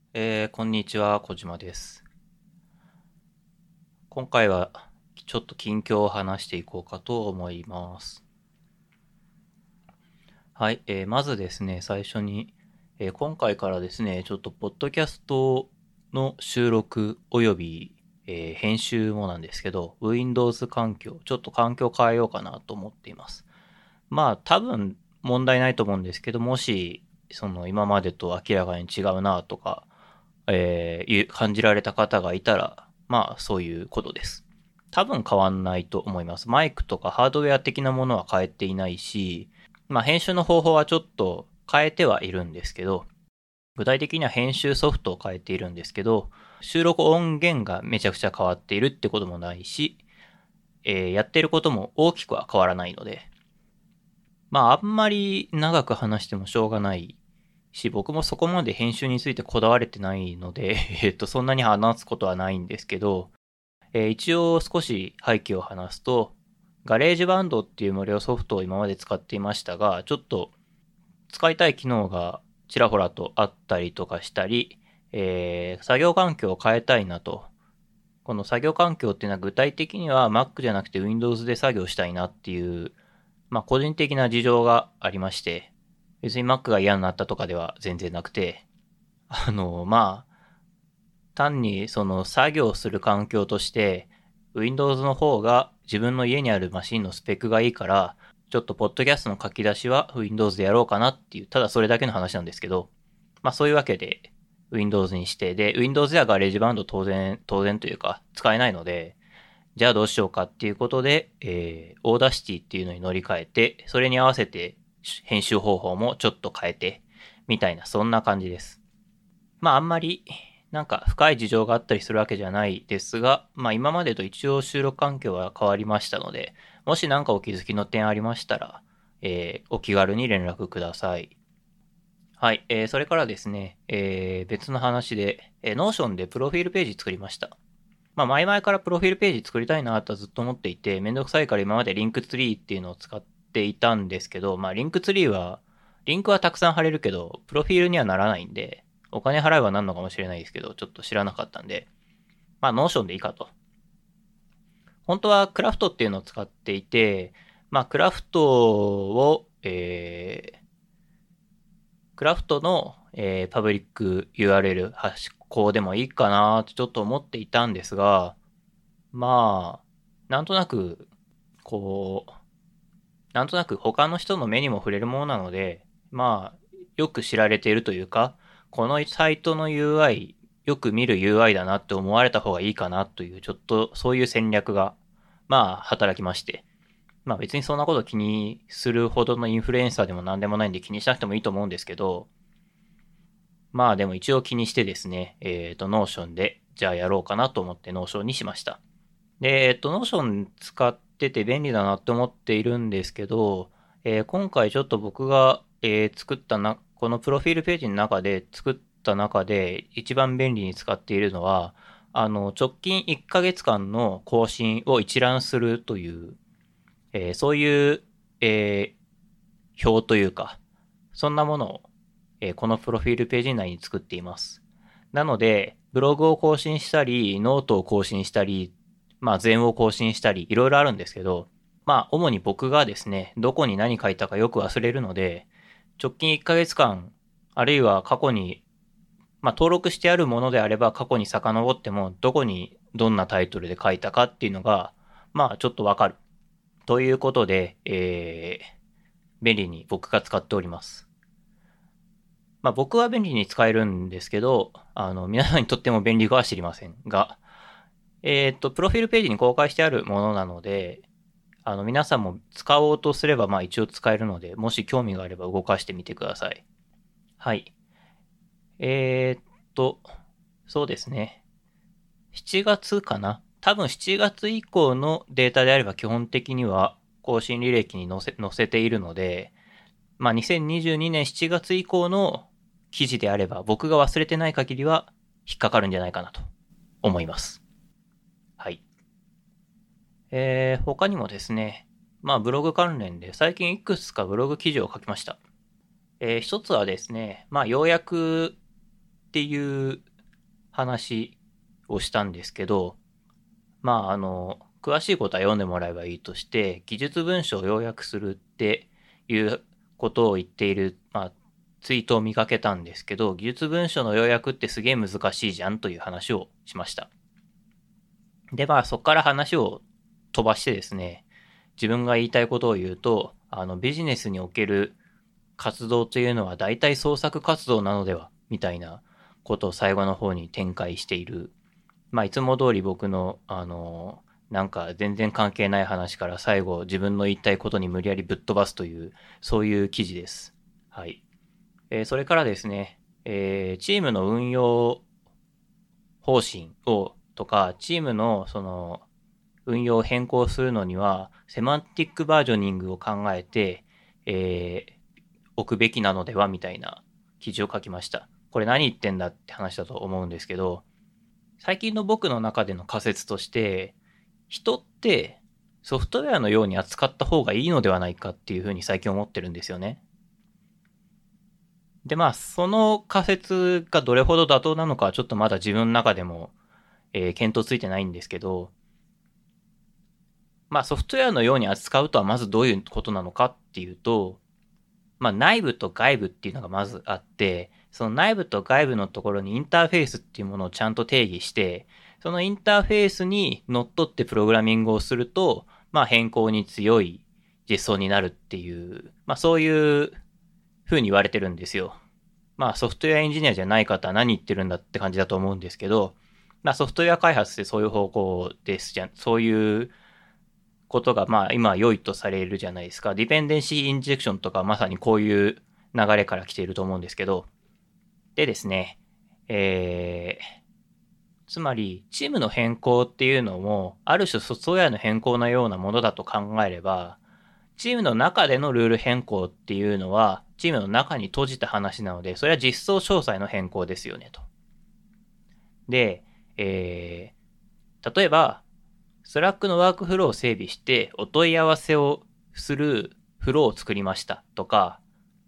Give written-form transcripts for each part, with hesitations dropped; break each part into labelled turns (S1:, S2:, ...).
S1: こんにちは、小島です。今回はちょっと近況を話していこうかと思います。はい、まずですね、最初に、今回からですね、ちょっとポッドキャストの収録および、編集もなんですけど、Windows 環境、ちょっと環境変えようかなと思っています。まあ、多分問題ないと思うんですけど、もし、その今までと明らかに違うなとか、感じられた方がいたら、まあそういうことです。多分変わんないと思います。マイクとかハードウェア的なものは変えていないし、まあ編集の方法はちょっと変えてはいるんですけど、具体的には編集ソフトを変えているんですけど、収録音源がめちゃくちゃ変わっているってこともないし、やっていることも大きくは変わらないので、まああんまり長く話してもしょうがないし、僕もそこまで編集についてこだわれてないので、そんなに話すことはないんですけど、一応少し背景を話すと、ガレージバンドっていう無料ソフトを今まで使っていましたが、ちょっと使いたい機能がちらほらとあったりとかしたり、作業環境を変えたいなと。この作業環境っていうのは具体的には Mac じゃなくて Windows で作業したいなっていう、まあ個人的な事情がありまして、別に Mac が嫌になったとかでは全然なくて、まあ、単にその作業する環境として、Windows の方が自分の家にあるマシンのスペックがいいから、ちょっとポッドキャストの書き出しは Windows でやろうかなっていう、ただそれだけの話なんですけど、まあそういうわけで Windows にして、で、Windows ではガレージバンド当然というか使えないので、じゃあどうしようかっていうことで、オーダーシティっていうのに乗り換えて、それに合わせて編集方法もちょっと変えて、みたいな、そんな感じです。まああんまり、なんか深い事情があったりするわけじゃないですが、まあ今までと一応収録環境は変わりましたので、もし何かお気づきの点ありましたら、お気軽に連絡ください。はい、それからですね、別の話で、Notion でプロフィールページ作りました。まあ前々からプロフィールページ作りたいなとはずっと思っていて、めんどくさいから今までリンクツリーっていうのを使っていたんですけど、まあリンクツリーは、リンクはたくさん貼れるけど、プロフィールにはならないんで、お金払えばなんのかもしれないですけど、ちょっと知らなかったんで、まあノーションでいいかと。本当はクラフトっていうのを使っていて、まあクラフトを、クラフトの、パブリック URL 発行でもいいかなとちょっと思っていたんですが、まあ、なんとなく、こう、なんとなく他の人の目にも触れるものなので、まあ、よく知られているというか、このサイトの UI、よく見る UI だなって思われた方がいいかなという、ちょっとそういう戦略が、まあ、働きまして。まあ別にそんなこと気にするほどのインフルエンサーでも何でもないんで気にしなくてもいいと思うんですけど、まあでも一応気にしてですね、ノーションで、じゃあやろうかなと思ってノーションにしました。で、ノーション使ってて便利だなって思っているんですけど、今回ちょっと僕が、作ったな、このプロフィールページの中で作った中で一番便利に使っているのは、直近1ヶ月間の更新を一覧するという、そういう、表というか、そんなものを、このプロフィールページ内に作っています。なので、ブログを更新したり、ノートを更新したり、まあ、全を更新したり、いろいろあるんですけど、まあ、主に僕がですね、どこに何書いたかよく忘れるので、直近1ヶ月間、あるいは過去に、まあ、登録してあるものであれば過去に遡っても、どこにどんなタイトルで書いたかっていうのが、まあ、ちょっとわかる。ということで、便利に僕が使っております。まあ僕は便利に使えるんですけど、皆さんにとっても便利かは知りませんが、プロフィールページに公開してあるものなので、皆さんも使おうとすれば、まあ一応使えるので、もし興味があれば動かしてみてください。はい。えーっと、そうですね。7月かな多分7月以降のデータであれば基本的には更新履歴に載せているので、まあ、2022年7月以降の記事であれば、僕が忘れてない限りは引っかかるんじゃないかなと思います。はい。他にもですね、まあ、ブログ関連で最近いくつかブログ記事を書きました。一つはですね、まあ、ようやくっていう話をしたんですけど、詳しいことは読んでもらえばいいとして、技術文書を要約するっていうことを言っている、ツイートを見かけたんですけど、技術文書の要約ってすげえ難しいじゃんという話をしました。で、そこから話を飛ばしてですね、自分が言いたいことを言うと、ビジネスにおける活動というのは大体創作活動なのではみたいなことを最後の方に展開している。いつも通り僕の、なんか全然関係ない話から最後自分の言いたいことに無理やりぶっ飛ばすという、そういう記事です。はい。それからですね、チームの運用方針をとか、チームのその運用を変更するのには、セマンティックバージョニングを考えて、置くべきなのではみたいな記事を書きました。これ何言ってんだって話だと思うんですけど、最近の僕の中での仮説として、人ってソフトウェアのように扱った方がいいのではないかっていうふうに最近思ってるんですよね。で、その仮説がどれほど妥当なのかはちょっとまだ自分の中でも、検討ついてないんですけど、ソフトウェアのように扱うとはまずどういうことなのかっていうと、内部と外部っていうのがまずあって、その内部と外部のところにインターフェースっていうものをちゃんと定義して、そのインターフェースにのっとってプログラミングをすると、変更に強い実装になるっていう、そういう風に言われてるんですよ。ソフトウェアエンジニアじゃない方は何言ってるんだって感じだと思うんですけど、ソフトウェア開発ってそういう方向ですじゃん。そういうことが今良いとされるじゃないですか。ディペンデンシーインジェクションとかまさにこういう流れから来ていると思うんですけど。でですね、つまりチームの変更っていうのもある種ソフトウェアの変更のようなものだと考えれば、チームの中でのルール変更っていうのはチームの中に閉じた話なので、それは実装詳細の変更ですよねと。で、例えばスラックのワークフローを整備してお問い合わせをするフローを作りましたとか、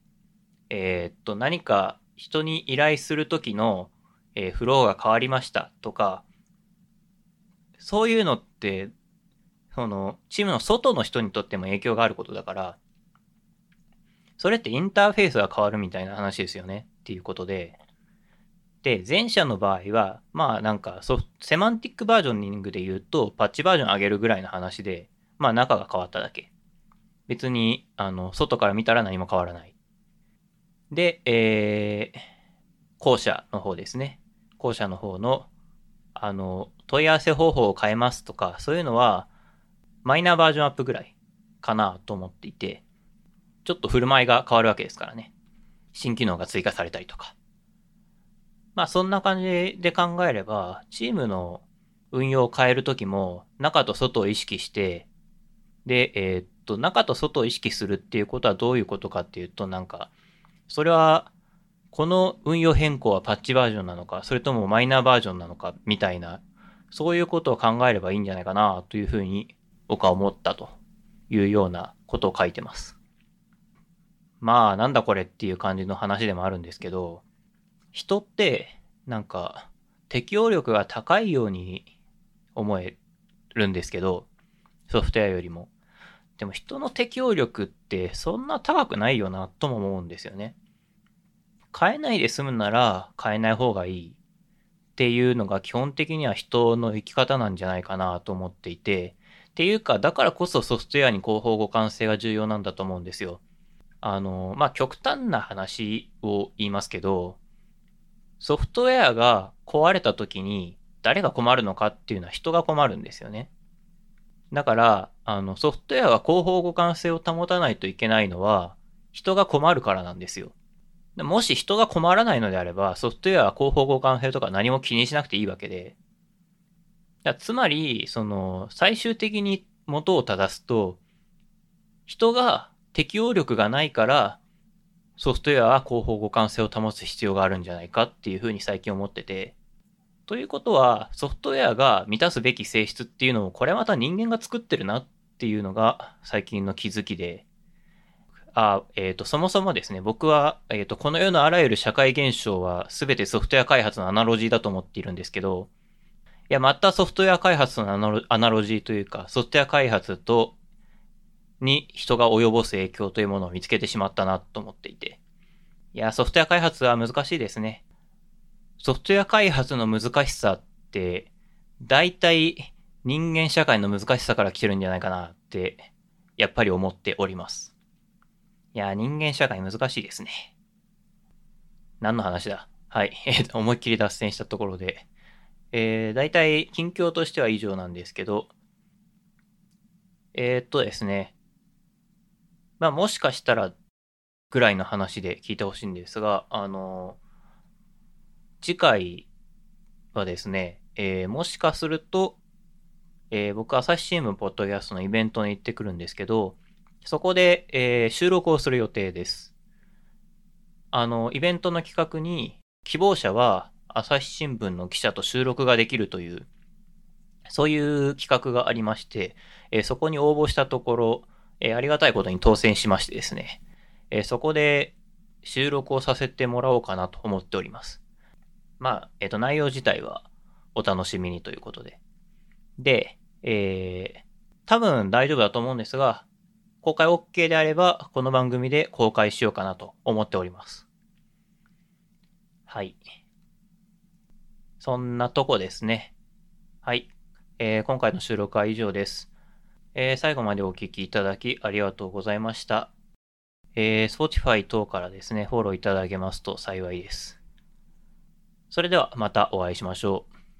S1: 何か人に依頼するときの、フローが変わりましたとか、そういうのって、その、チームの外の人にとっても影響があることだから、それってインターフェースが変わるみたいな話ですよねっていうことで、で、前者の場合は、セマンティックバージョニングで言うと、パッチバージョン上げるぐらいの話で、中が変わっただけ。別に、外から見たら何も変わらない。で、後者の方ですね。後者の方の、問い合わせ方法を変えますとか、そういうのは、マイナーバージョンアップぐらいかなと思っていて、ちょっと振る舞いが変わるわけですからね。新機能が追加されたりとか。そんな感じで考えれば、チームの運用を変えるときも、中と外を意識して、で、中と外を意識するっていうことはどういうことかっていうと、それは、この運用変更はパッチバージョンなのか、それともマイナーバージョンなのか、みたいな、そういうことを考えればいいんじゃないかな、というふうに僕は思ったというようなことを書いてます。なんだこれっていう感じの話でもあるんですけど、人って適応力が高いように思えるんですけど、ソフトウェアよりも。でも人の適応力ってそんな高くないよなとも思うんですよね。変えないで済むなら変えない方がいいっていうのが基本的には人の生き方なんじゃないかなと思っていて、っていうかだからこそソフトウェアに広報互換性が重要なんだと思うんですよ。極端な話を言いますけど、ソフトウェアが壊れた時に誰が困るのかっていうのは人が困るんですよね。だから、ソフトウェアが広報互換性を保たないといけないのは人が困るからなんですよ。もし人が困らないのであれば、ソフトウェアは広報互換性とか何も気にしなくていいわけで。つまり、最終的に元を正すと、人が適応力がないから、ソフトウェアは広報互換性を保つ必要があるんじゃないかっていうふうに最近思ってて。ということは、ソフトウェアが満たすべき性質っていうのを、これまた人間が作ってるなっていうのが最近の気づきで、 そもそもですね、僕は、この世のあらゆる社会現象は全てソフトウェア開発のアナロジーだと思っているんですけど、いや、またソフトウェア開発のアナロジーというか、ソフトウェア開発に人が及ぼす影響というものを見つけてしまったなと思っていて。いや、ソフトウェア開発は難しいですね。ソフトウェア開発の難しさって、大体人間社会の難しさから来てるんじゃないかなって、やっぱり思っております。いや、人間社会難しいですね。何の話だ。はい。思いっきり脱線したところで。大体近況としては以上なんですけど、ですね。まあもしかしたらぐらいの話で聞いてほしいんですが、次回はですね、もしかすると、僕、朝日新聞ポッドキャストのイベントに行ってくるんですけど、そこで、収録をする予定です。イベントの企画に、希望者は朝日新聞の記者と収録ができるという、そういう企画がありまして、そこに応募したところ、ありがたいことに当選しましてですね、そこで収録をさせてもらおうかなと思っております。まあ、内容自体はお楽しみにということで。で、多分大丈夫だと思うんですが、公開 OK であれば、この番組で公開しようかなと思っております。はい。そんなとこですね。はい。今回の収録は以上です。最後までお聞きいただきありがとうございました。Spotify 等からですね、フォローいただけますと幸いです。それではまたお会いしましょう。